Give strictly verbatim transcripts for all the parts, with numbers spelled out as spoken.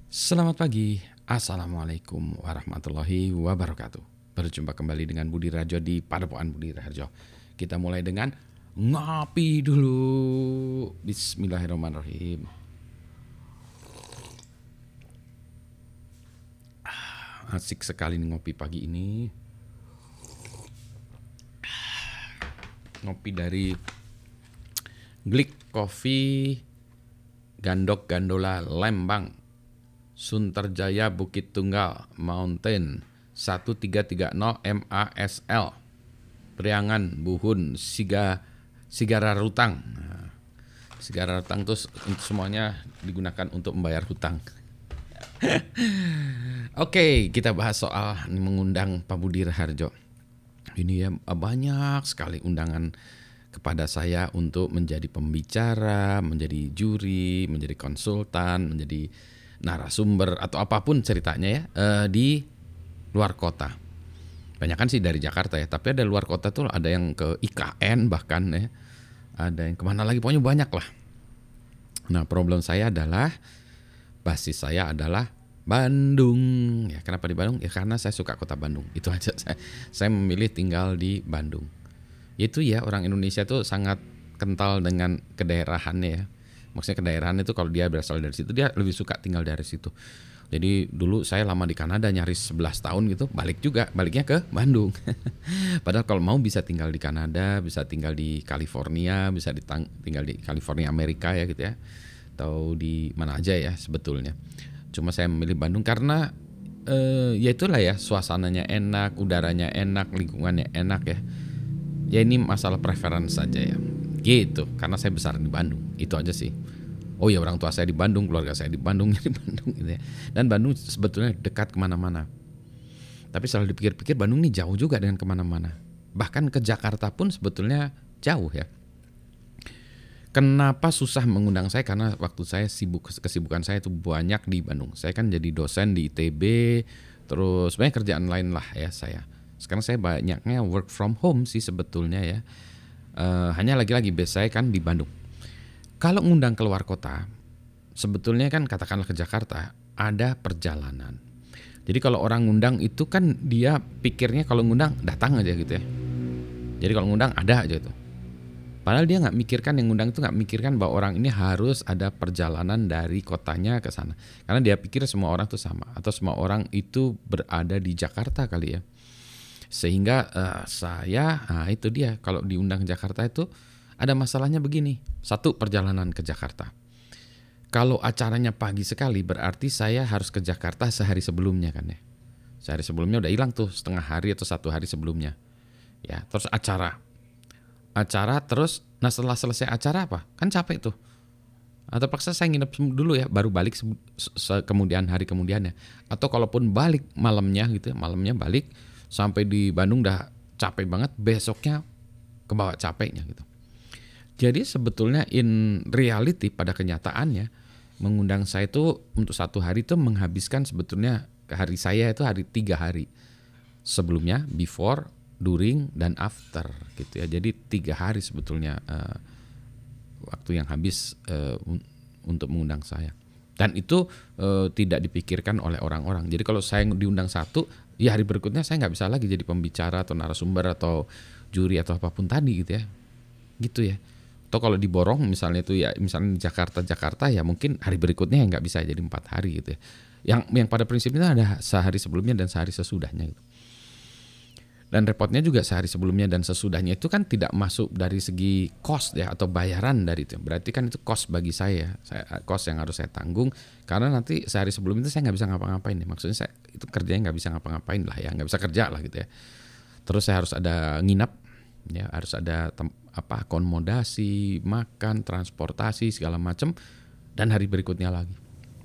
Selamat pagi, Assalamualaikum warahmatullahi wabarakatuh. Berjumpa kembali dengan Budi Rajo di Padepokan Budi Rajo. Kita mulai dengan ngopi dulu. Bismillahirrahmanirrahim. Asik sekali nih ngopi pagi ini. Ngopi dari Glick Coffee Gandok Gandola Lembang, Sunterjaya Bukit Tunggal Mountain satu tiga tiga nol M A S L, Priangan Buhun Siga Sigara Rutang. Nah, Sigara Rutang itu semuanya digunakan untuk membayar hutang. Oke, kita bahas soal mengundang Pak Budi Raharjo. Ini ya banyak sekali undangan kepada saya untuk menjadi pembicara, menjadi juri, menjadi konsultan, menjadi narasumber atau apapun ceritanya ya eh, di luar kota. Banyak kan sih dari Jakarta ya, tapi ada luar kota tuh ada yang ke I K N bahkan ya, ada yang kemana lagi, pokoknya banyak lah. Nah problem saya adalah basis saya adalah Bandung. Ya kenapa di Bandung? Ya karena saya suka kota Bandung. Itu aja, saya, saya memilih tinggal di Bandung. Itu ya orang Indonesia tuh sangat kental dengan kedaerahannya ya. Maksudnya kedaerahan itu kalau dia berasal dari situ dia lebih suka tinggal dari situ. Jadi dulu saya lama di Kanada nyaris sebelas tahun gitu, balik juga, baliknya ke Bandung. Padahal kalau mau bisa tinggal di Kanada, bisa tinggal di California, bisa ditang- tinggal di California Amerika ya gitu ya. Atau di mana aja ya sebetulnya. Cuma saya memilih Bandung karena eh, ya itulah ya, suasananya enak, udaranya enak, lingkungannya enak ya. Ya ini masalah preference saja ya. Gitu, karena saya besar di Bandung. Itu aja sih. Oh ya orang tua saya di Bandung, keluarga saya di Bandung, di Bandung gitu ya. Dan Bandung sebetulnya dekat kemana-mana. Tapi selalu dipikir-pikir Bandung ini jauh juga dengan kemana-mana. Bahkan ke Jakarta pun sebetulnya jauh ya. Kenapa susah mengundang saya? Karena waktu saya sibuk, kesibukan saya itu banyak di Bandung. Saya kan jadi dosen di I T B, terus banyak kerjaan lain lah ya saya. Sekarang saya banyaknya work from home sih sebetulnya ya. Uh, hanya lagi-lagi base saya kan di Bandung. Kalau ngundang keluar kota, sebetulnya kan katakanlah ke Jakarta, ada perjalanan. Jadi kalau orang ngundang itu kan dia pikirnya kalau ngundang datang aja gitu ya. Jadi kalau ngundang ada aja itu. Padahal dia nggak mikirkan, yang ngundang itu nggak mikirkan bahwa orang ini harus ada perjalanan dari kotanya ke sana. Karena dia pikir semua orang tuh sama, atau semua orang itu berada di Jakarta kali ya. Sehingga uh, saya, nah itu dia, kalau diundang ke Jakarta itu ada masalahnya begini. Satu, perjalanan ke Jakarta. Kalau acaranya pagi sekali berarti saya harus ke Jakarta sehari sebelumnya kan ya. Sehari sebelumnya udah hilang tuh, setengah hari atau satu hari sebelumnya. Ya, terus acara. Acara terus, nah setelah selesai acara apa? Kan capek tuh. Atau paksa saya nginep dulu ya, baru balik se- se- kemudian hari kemudiannya. Atau kalaupun balik malamnya gitu ya, malamnya balik sampai di Bandung udah capek banget, besoknya kebawa capeknya gitu. Jadi sebetulnya in reality pada kenyataannya mengundang saya itu untuk satu hari itu menghabiskan sebetulnya hari saya itu hari tiga hari sebelumnya, before, during dan after gitu ya. Jadi tiga hari sebetulnya uh, waktu yang habis uh, un- untuk mengundang saya. Dan itu uh, tidak dipikirkan oleh orang-orang. Jadi kalau saya diundang satu, ya hari berikutnya saya nggak bisa lagi jadi pembicara atau narasumber atau juri atau apapun tadi gitu ya. Gitu ya. Atau kalau diborong misalnya itu ya misalnya di Jakarta Jakarta ya mungkin hari berikutnya nggak bisa jadi empat hari gitu ya. Yang yang pada prinsipnya ada sehari sebelumnya dan sehari sesudahnya gitu. Dan repotnya juga sehari sebelumnya dan sesudahnya itu kan tidak masuk dari segi cost ya atau bayaran dari itu. Berarti kan itu cost bagi saya, saya cost yang harus saya tanggung karena nanti sehari sebelum itu saya nggak bisa ngapa-ngapain ya. Maksudnya saya itu kerjanya nggak bisa ngapa-ngapain lah ya, nggak bisa kerja lah gitu ya. Terus saya harus ada nginap, ya harus ada tem- apa akomodasi, makan, transportasi segala macam dan hari berikutnya lagi.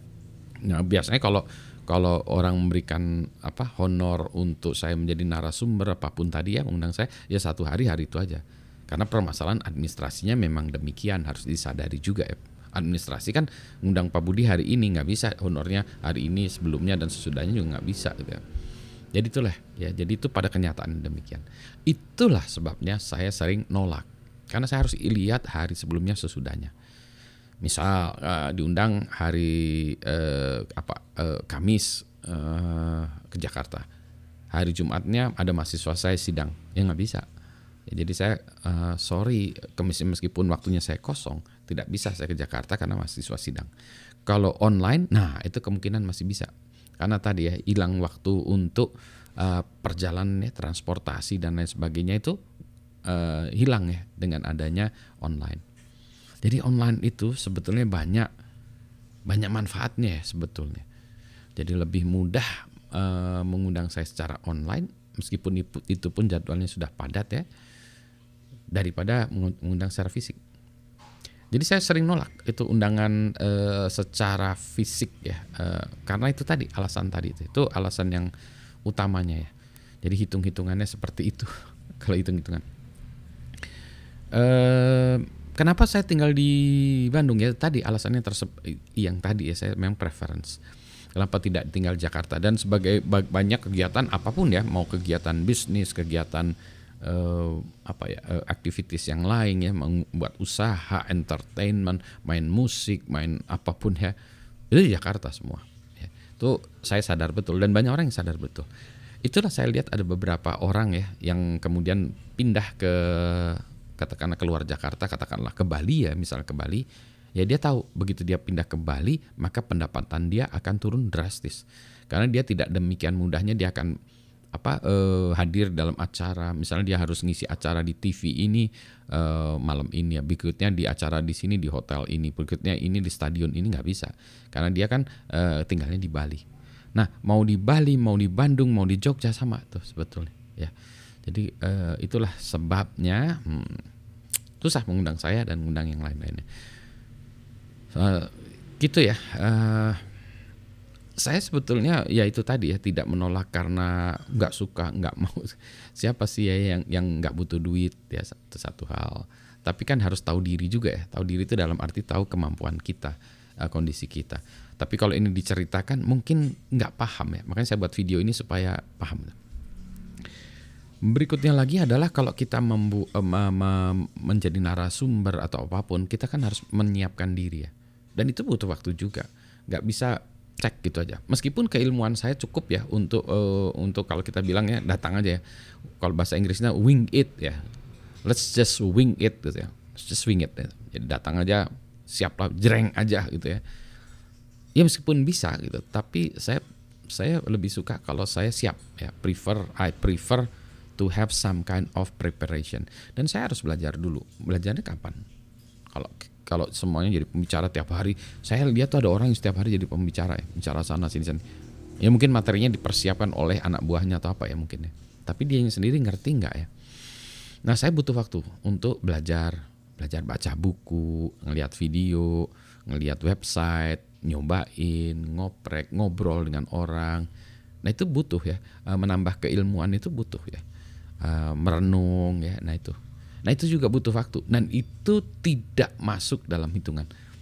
Nah biasanya kalau kalau orang memberikan apa honor untuk saya menjadi narasumber apapun tadi ya mengundang saya ya satu hari hari itu aja karena permasalahan administrasinya memang demikian harus disadari juga ya. Administrasi kan ngundang Pak Budi hari ini nggak bisa honornya hari ini sebelumnya dan sesudahnya juga nggak bisa gitu ya. Jadi itulah ya jadi itu pada kenyataan demikian. Itulah sebabnya saya sering nolak karena saya harus lihat hari sebelumnya sesudahnya. Misal uh, diundang hari uh, apa uh, Kamis uh, ke Jakarta, hari Jumatnya ada mahasiswa saya sidang, ya nggak bisa. Ya, jadi saya uh, sorry, meskipun waktunya saya kosong, tidak bisa saya ke Jakarta karena mahasiswa sidang. Kalau online, nah itu kemungkinan masih bisa, karena tadi ya hilang waktu untuk uh, perjalanan ya, transportasi dan lain sebagainya itu uh, hilang ya dengan adanya online. Jadi online itu sebetulnya banyak banyak manfaatnya ya sebetulnya. Jadi lebih mudah uh, mengundang saya secara online, meskipun itu, itu pun jadwalnya sudah padat ya, daripada mengundang secara fisik. Jadi saya sering nolak itu undangan e, secara fisik ya, e, karena itu tadi alasan tadi itu, itu alasan yang utamanya ya. Jadi hitung-hitungannya seperti itu kalau hitung-hitungan. E, kenapa saya tinggal di Bandung ya? Tadi alasannya tersebut yang tadi ya, saya memang preference. Kenapa tidak tinggal Jakarta, dan sebagai banyak kegiatan apapun ya, mau kegiatan bisnis, kegiatan Uh, apa ya uh, aktivitas yang lain ya, membuat usaha, entertainment, main musik, main apapun ya, itu di Jakarta semua ya. Itu saya sadar betul, dan banyak orang yang sadar betul. Itulah saya lihat ada beberapa orang ya yang kemudian pindah ke, katakanlah keluar Jakarta, katakanlah ke Bali ya, misalnya ke Bali ya, dia tahu begitu dia pindah ke Bali maka pendapatan dia akan turun drastis, karena dia tidak demikian mudahnya dia akan apa eh, hadir dalam acara, misalnya dia harus ngisi acara di T V ini eh, malam ini ya, berikutnya di acara di sini di hotel ini, berikutnya ini di stadion ini, nggak bisa karena dia kan eh, tinggalnya di Bali. Nah, mau di Bali, mau di Bandung, mau di Jogja sama tuh sebetulnya ya. Jadi eh, itulah sebabnya hmm, susah mengundang saya dan mengundang yang lain-lainnya. Uh, gitu ya. Uh, Saya sebetulnya ya itu tadi ya, tidak menolak karena nggak suka, nggak mau. Siapa sih ya yang yang nggak butuh duit ya, satu satu hal. Tapi kan harus tahu diri juga ya. Tahu diri itu dalam arti tahu kemampuan kita, kondisi kita. Tapi kalau ini diceritakan mungkin nggak paham ya. Makanya saya buat video ini supaya paham. Berikutnya lagi adalah kalau kita membu- menjadi narasumber atau apapun, kita kan harus menyiapkan diri ya. Dan itu butuh waktu juga. Nggak bisa cek gitu aja. Meskipun keilmuan saya cukup ya untuk uh, untuk kalau kita bilang ya datang aja ya. Kalau bahasa Inggrisnya wing it ya. Let's just wing it gitu ya. Let's just wing it ya. Jadi datang aja, siaplah, jreng aja gitu ya. Ya meskipun bisa gitu, tapi saya saya lebih suka kalau saya siap ya. Prefer I prefer to have some kind of preparation. Dan saya harus belajar dulu. Belajarnya kapan? Kalau Kalau semuanya jadi pembicara tiap hari, saya lihat tuh ada orang yang setiap hari jadi pembicara ya, bicara sana sini sini. Ya mungkin materinya dipersiapkan oleh anak buahnya atau apa ya mungkin ya. Tapi dia sendiri ngerti nggak ya? Nah, saya butuh waktu untuk belajar, belajar baca buku, ngelihat video, ngelihat website, nyobain, ngoprek, ngobrol dengan orang. Nah itu butuh ya, menambah keilmuan itu butuh ya, merenung ya. Nah itu. Nah itu juga butuh waktu, dan itu tidak masuk dalam hitungan.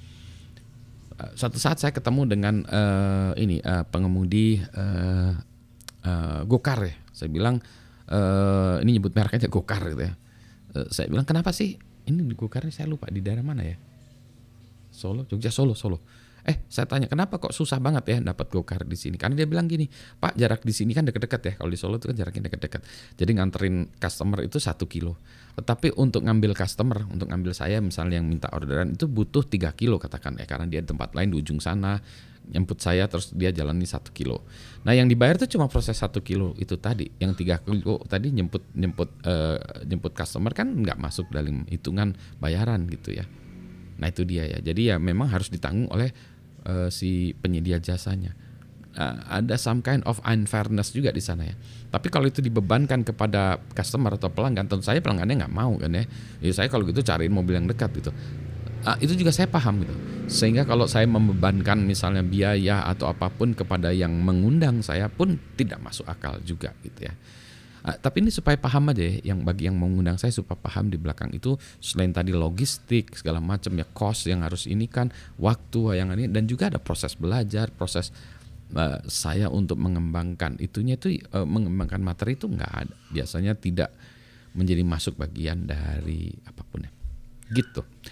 Suatu saat saya ketemu dengan uh, ini uh, pengemudi uh, uh, Gokar ya. Saya bilang uh, ini nyebut merek aja Gokar gitu ya. Uh, saya bilang kenapa sih ini di Gokarnya, saya lupa di daerah mana ya. Solo, Jogja, Solo, Solo. Eh, saya tanya kenapa kok susah banget ya dapat Gokar di sini? Karena dia bilang gini, Pak, jarak di sini kan deket-deket ya. Kalau di Solo itu kan jaraknya deket-deket. Jadi nganterin customer itu satu kilo. Tetapi untuk ngambil customer, untuk ngambil saya misalnya yang minta orderan itu butuh tiga kilo katakan ya. Karena dia di tempat lain di ujung sana, nyemput saya terus dia jalani satu kilo. Nah yang dibayar itu cuma proses satu kilo itu tadi. Yang tiga kilo tadi nyemput nyemput uh, nyemput customer kan nggak masuk dalam hitungan bayaran gitu ya. Nah itu dia ya. Jadi ya memang harus ditanggung oleh uh, si penyedia jasanya. Uh, ada some kind of unfairness juga di sana ya. Tapi kalau itu dibebankan kepada customer atau pelanggan, tentu saya pelanggannya nggak mau kan ya. Ya saya kalau gitu cariin mobil yang dekat gitu. Uh, itu juga saya paham gitu. Sehingga kalau saya membebankan misalnya biaya atau apapun kepada yang mengundang saya pun tidak masuk akal juga gitu ya. Uh, tapi ini supaya paham aja ya, yang bagi yang mengundang saya supaya paham di belakang itu selain tadi logistik segala macam ya, cost yang harus ini kan, waktu yang ini, dan juga ada proses belajar, proses uh, saya untuk mengembangkan itunya itu uh, mengembangkan materi itu nggak ada, biasanya tidak menjadi masuk bagian dari apapun ya. Gitu.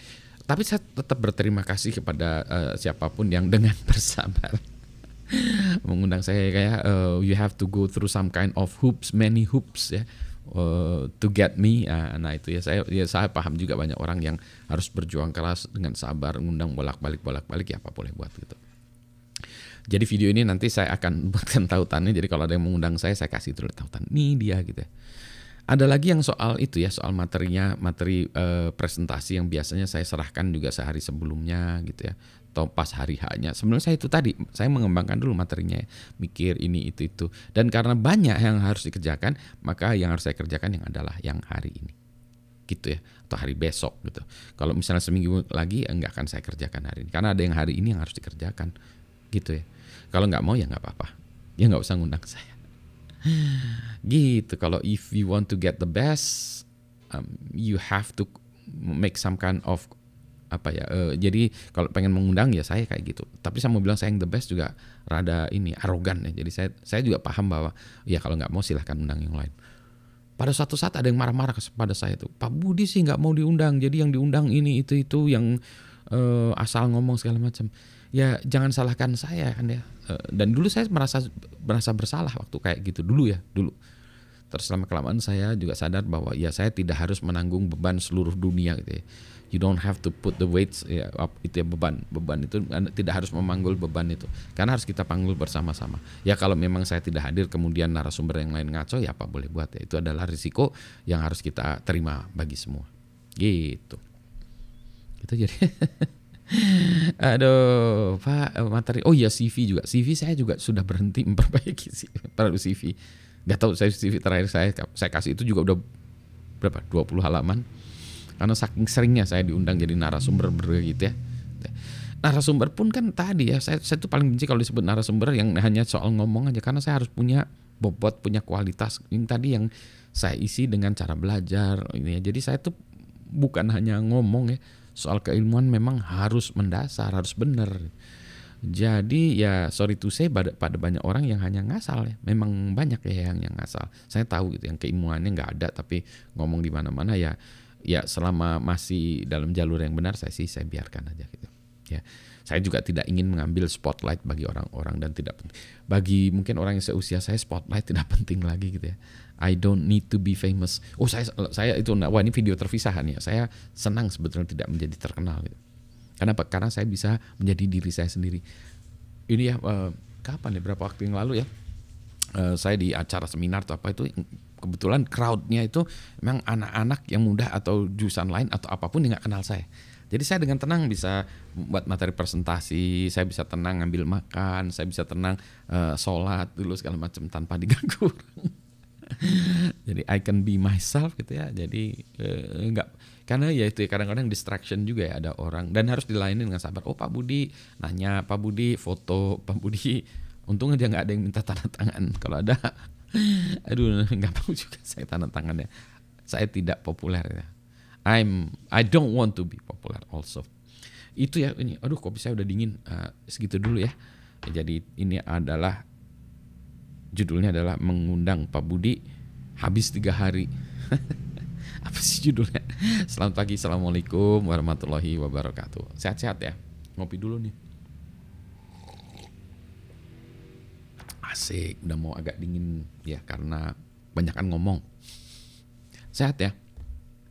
Tapi saya tetap berterima kasih kepada uh, siapapun yang dengan bersabar mengundang saya. Kayak uh, you have to go through some kind of hoops, many hoops ya, uh, to get me. Uh, nah itu ya saya ya saya paham juga banyak orang yang harus berjuang keras dengan sabar, ngundang bolak-balik bolak-balik ya apa boleh buat gitu. Jadi video ini nanti saya akan buatkan tautannya. Jadi kalau ada yang mengundang saya, saya kasih dulu tautan. Nih dia gitu ya. Ada lagi yang soal itu ya, soal materinya, materi eh, presentasi yang biasanya saya serahkan juga sehari sebelumnya gitu ya. Atau pas hari H-nya. Sebenarnya saya itu tadi, saya mengembangkan dulu materinya ya. Mikir ini, itu, itu. Dan karena banyak yang harus dikerjakan, maka yang harus saya kerjakan yang adalah yang hari ini. Gitu ya. Atau hari besok gitu. Kalau misalnya seminggu lagi, enggak akan saya kerjakan hari ini. Karena ada yang hari ini yang harus dikerjakan. Gitu ya. Kalau nggak mau ya nggak apa-apa, ya nggak usah ngundang saya. Gitu. Kalau if you want to get the best, um, you have to make some kind of apa ya. Uh, jadi kalau pengen mengundang ya saya kayak gitu. Tapi saya mau bilang saya yang the best juga rada ini arogan ya. Jadi saya saya juga paham bahwa ya kalau nggak mau silahkan undang yang lain. Pada suatu saat ada yang marah-marah kepada saya tuh, Pak Budi sih nggak mau diundang. Jadi yang diundang ini itu itu yang uh, asal ngomong segala macam. Ya jangan salahkan saya kan ya. Dan dulu saya merasa merasa bersalah waktu kayak gitu dulu ya dulu. Terus lama kelamaan saya juga sadar bahwa ya saya tidak harus menanggung beban seluruh dunia gitu ya. You don't have to put the weights ya, itu ya beban beban itu tidak harus memanggul beban itu. Karena harus kita panggul bersama-sama. Ya kalau memang saya tidak hadir kemudian narasumber yang lain ngaco ya apa boleh buat ya. Itu adalah risiko yang harus kita terima bagi semua. Gitu. Gitu jadi. Aduh, Pak, materi. Oh iya C V juga. C V saya juga sudah berhenti memperbaiki perlu C V. Gak tahu saya C V terakhir saya saya kasih itu juga udah berapa? dua puluh halaman. Karena saking seringnya saya diundang jadi narasumber begitu ya. Narasumber pun kan tadi ya, saya saya tuh paling benci kalau disebut narasumber yang hanya soal ngomong aja, karena saya harus punya bobot, punya kualitas. Ini tadi yang saya isi dengan cara belajar ini ya. Jadi saya tuh bukan hanya ngomong ya. Soal keilmuan memang harus mendasar, harus benar. Jadi ya sorry to say pada, pada banyak orang yang hanya ngasal ya. Memang banyak ya yang yang ngasal. Saya tahu gitu yang keilmuannya nggak ada tapi ngomong di mana-mana ya. Ya selama masih dalam jalur yang benar saya sih saya biarkan aja gitu. Ya. Saya juga tidak ingin mengambil spotlight bagi orang-orang dan tidak penting. Bagi mungkin orang yang seusia saya spotlight tidak penting lagi gitu ya. I don't need to be famous. Oh saya saya itu wah ini video terpisahan ya. Saya senang sebetulnya tidak menjadi terkenal gitu. Kenapa? Karena saya bisa menjadi diri saya sendiri. Ini ya uh, kapan ya berapa waktu yang lalu ya. Uh, saya di acara seminar atau apa itu kebetulan crowdnya itu memang anak-anak yang muda atau jurusan lain atau apapun yang nggak kenal saya. Jadi saya dengan tenang bisa buat materi presentasi, saya bisa tenang ngambil makan, saya bisa tenang uh, sholat dulu segala macam tanpa diganggu. Jadi I can be myself gitu ya. Jadi eh, enggak karena ya itu ya, kadang-kadang distraction juga ya ada orang dan harus dilayani dengan sabar. Oh Pak Budi nanya, Pak Budi foto, Pak Budi untung aja nggak ada yang minta tanda tangan. Kalau ada, aduh nggak mau juga saya tanda tangan ya. Saya tidak populer ya. I'm I don't want to be popular also. Itu ya ini. Aduh kopi saya udah dingin. Uh, segitu dulu ya. Jadi ini adalah judulnya adalah mengundang Pak Budi habis tiga hari. Apa sih judulnya? Selamat pagi, assalamualaikum warahmatullahi wabarakatuh. Sehat-sehat ya. Ngopi dulu nih. Asik, udah mau agak dingin ya karena banyakan ngomong. Sehat ya.